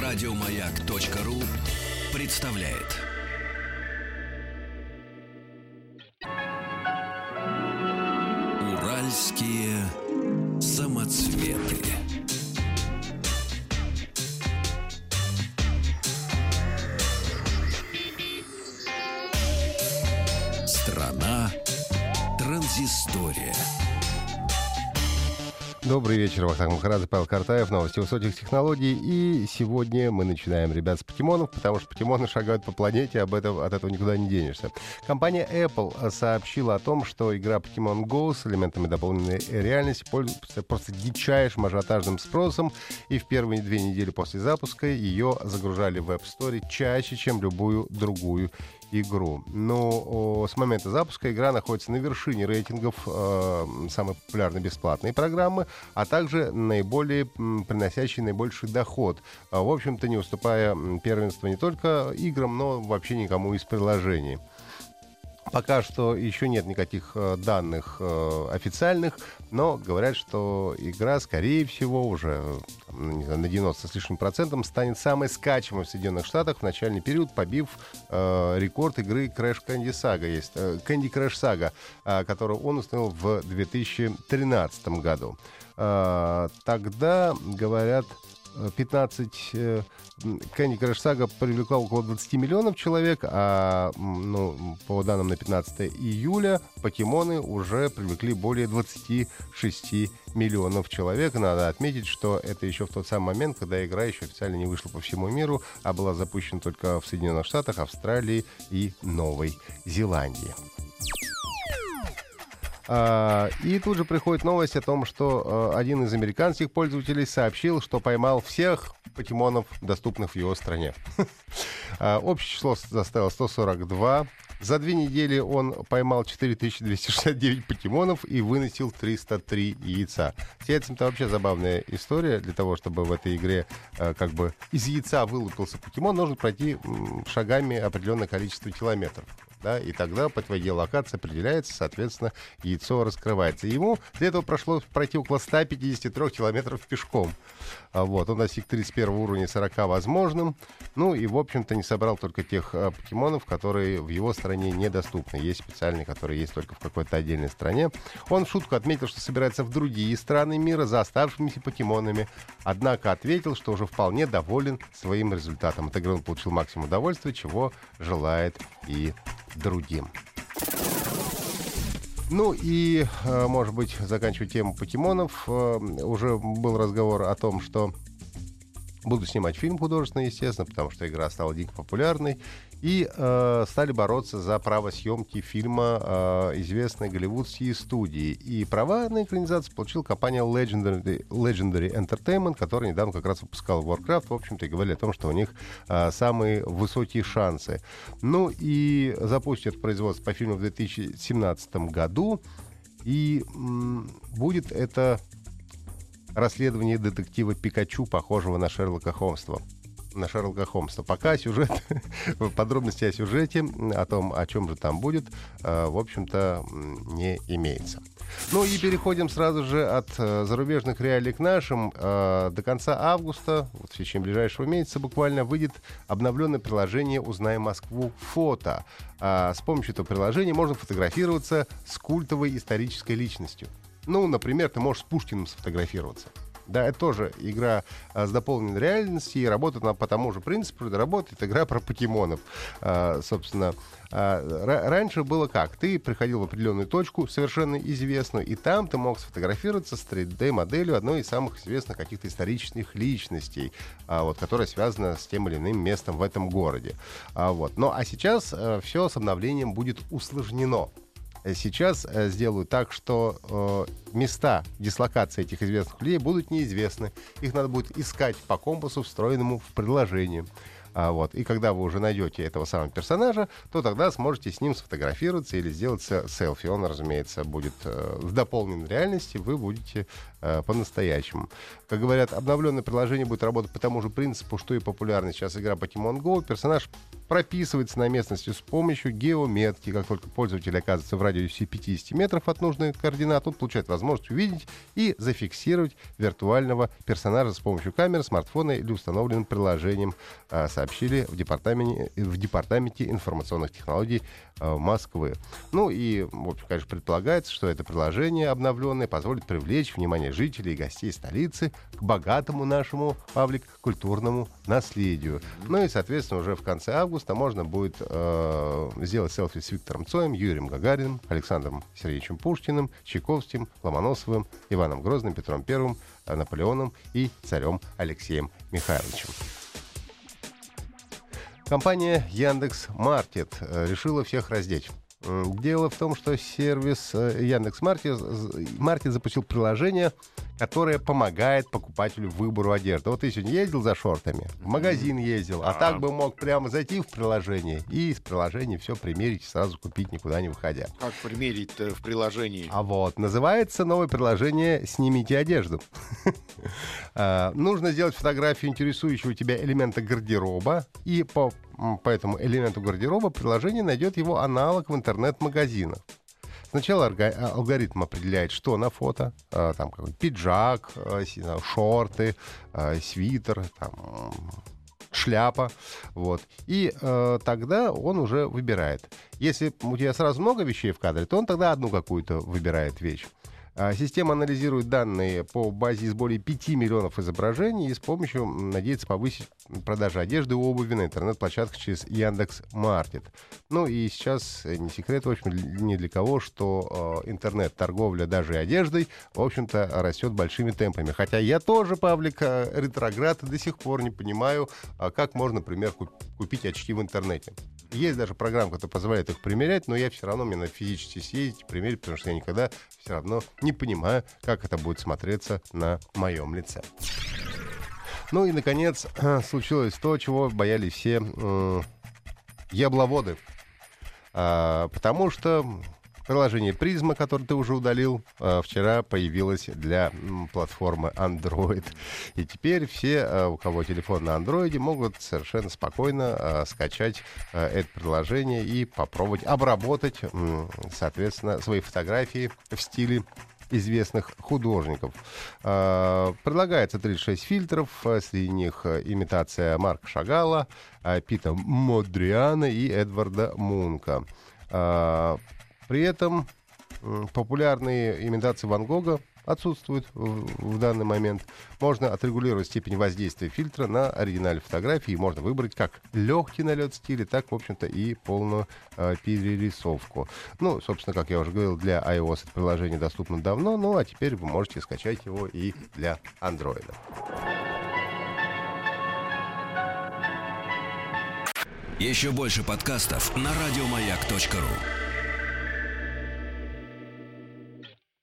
Радиомаяк.ру представляет. Уральские самоцветы. Страна транзистория. Добрый вечер, Вахтанг Махарадзе, Павел Картаев, новости высоких технологий. И сегодня мы начинаем, ребят, с покемонов, потому что покемоны шагают по планете, от этого никуда не денешься. Компания Apple сообщила о том, что игра Pokemon Go с элементами дополненной реальности пользуется просто дичайшим ажиотажным спросом, и в первые 2 недели после запуска ее загружали в App Store чаще, чем любую другую игру. Но с момента запуска игра находится на вершине рейтингов самой популярной бесплатной программы, а также наиболее приносящей наибольший доход. В общем-то, не уступая первенство не только играм, но вообще никому из приложений. Пока что еще нет никаких данных официальных, но говорят, что игра, скорее всего, уже на 90 с лишним процентом станет самой скачиваемой в Соединенных Штатах в начальный период, побив рекорд игры Crash Candy Saga, есть Candy Crush Saga, которую он установил в 2013 году. Тогда, говорят, 15 Candy Crush Saga привлекла около 20 миллионов человек, а по данным на 15 июля покемоны уже привлекли более 26 миллионов человек. Надо отметить, что это еще в тот самый момент, когда игра еще официально не вышла по всему миру, а была запущена только в Соединенных Штатах, Австралии и Новой Зеландии. И тут же приходит новость о том, что один из американских пользователей сообщил, что поймал всех покемонов, доступных в его стране. Общее число составило 142. За 2 недели он поймал 4269 покемонов и выносил 303 яйца. С яйцами-то вообще забавная история. Для того, чтобы в этой игре как бы из яйца вылупился покемон, нужно пройти шагами определенное количество километров. Да, и тогда по твоей геолокации определяется, соответственно, яйцо раскрывается. Ему для этого пришлось пройти около 153 километров пешком. Вот, он достиг 31 уровня 40 возможным. Ну и, в общем-то, не собрал только тех покемонов, которые в его стране недоступны. Есть специальные, которые есть только в какой-то отдельной стране. Он в шутку отметил, что собирается в другие страны мира за оставшимися покемонами. Однако ответил, что уже вполне доволен своим результатом. От игры он получил максимум удовольствия, чего желает и другим. Ну и, может быть, заканчивая тему покемонов, уже был разговор о том, что буду снимать фильм художественный, естественно, потому что игра стала дико популярной. И стали бороться за право съемки фильма известной голливудские студии. И права на экранизацию получила компания Legendary Entertainment, которая недавно как раз выпускала Warcraft. В общем-то, и говорили о том, что у них самые высокие шансы. Ну и запустят производство по фильму в 2017 году. И будет это расследование детектива Пикачу, похожего на Шерлока Холмса. Пока сюжет, подробности о сюжете, о том, о чем же там будет, в общем-то, не имеется. Ну и переходим сразу же от зарубежных реалий к нашим. До конца августа, в течение ближайшего месяца буквально, выйдет обновленное приложение «Узнай Москву. Фото». С помощью этого приложения можно фотографироваться с культовой исторической личностью. Ну, например, ты можешь с Пушкиным сфотографироваться. Да, это тоже игра с дополненной реальностью, и работает она по тому же принципу, работает игра про покемонов. Собственно, раньше было как? Ты приходил в определенную точку, совершенно известную, и там ты мог сфотографироваться с 3D-моделью одной из самых известных каких-то исторических личностей, которая связана с тем или иным местом в этом городе. Ну, а сейчас все с обновлением будет усложнено. Сейчас сделают так, что места дислокации этих известных людей будут неизвестны. Их надо будет искать по компасу, встроенному в приложение. Вот. И когда вы уже найдете этого самого персонажа, то тогда сможете с ним сфотографироваться или сделать селфи. Он, разумеется, будет в дополненной реальности, вы будете по-настоящему. Как говорят, обновленное приложение будет работать по тому же принципу, что и популярная сейчас игра Pokemon Go. Персонаж прописывается на местности с помощью геометки. Как только пользователь оказывается в радиусе 50 метров от нужной координаты, он получает возможность увидеть и зафиксировать виртуального персонажа с помощью камеры, смартфона или установленным приложением, сообщили в департаменте информационных технологий Москвы. Ну и, в общем, конечно, предполагается, что это приложение обновленное позволит привлечь внимание жителей и гостей столицы к богатому нашему, Павлик, культурному наследию. Ну и, соответственно, уже в конце августа можно будет сделать селфи с Виктором Цоем, Юрием Гагариным, Александром Сергеевичем Пушкиным, Чайковским, Ломоносовым, Иваном Грозным, Петром Первым, Наполеоном и царем Алексеем Михайловичем. Компания Яндекс.Маркет решила всех раздеть. Дело в том, что сервис Яндекс.Маркет запустил приложение, которое помогает покупателю в выбору одежды. Вот ты сегодня ездил за шортами, в магазин ездил, а так бы мог прямо зайти в приложение и из приложения все примерить и сразу купить, никуда не выходя. Как примерить-то в приложении? А вот, называется новое приложение «Снимите одежду». Нужно сделать фотографию интересующего тебя элемента гардероба, и по этому элементу гардероба приложение найдет его аналог в интернет-магазинах. Сначала алгоритм определяет, что на фото. Там какой-то пиджак, шорты, свитер, там, шляпа. Вот. И тогда он уже выбирает. Если у тебя сразу много вещей в кадре, то он тогда одну какую-то выбирает вещь. Система анализирует данные по базе из более 5 миллионов изображений и с помощью надеется повысить продажи одежды и обуви на интернет-площадках через Яндекс.Маркет. Ну и сейчас не секрет, в общем, ни для кого, что интернет-торговля даже и одеждой, в общем-то, растет большими темпами. Хотя я тоже, Павлик, ретроград, и до сих пор не понимаю, как можно, например, купить очки в интернете. Есть даже программа, которая позволяет их примерять, но я все равно, мне надо физически съездить, примерить, потому что я никогда все равно не понимаю, как это будет смотреться на моем лице. Ну и, наконец, случилось то, чего боялись все ябловоды. Потому что приложение Призма, которое ты уже удалил, вчера появилось для платформы Android. И теперь все, у кого телефон на Android, могут совершенно спокойно скачать это приложение и попробовать обработать, соответственно, свои фотографии в стиле известных художников. Предлагается 36 фильтров, среди них имитация Марка Шагала, Пита Модриана и Эдварда Мунка. При этом популярные имитации Ван Гога отсутствуют в данный момент. Можно отрегулировать степень воздействия фильтра на оригинальной фотографии. Можно выбрать как легкий налет стиля, так, в общем-то, и полную перерисовку. Ну, собственно, как я уже говорил, для iOS это приложение доступно давно, ну, а теперь вы можете скачать его и для Android. Еще больше подкастов на радиомаяк.ру.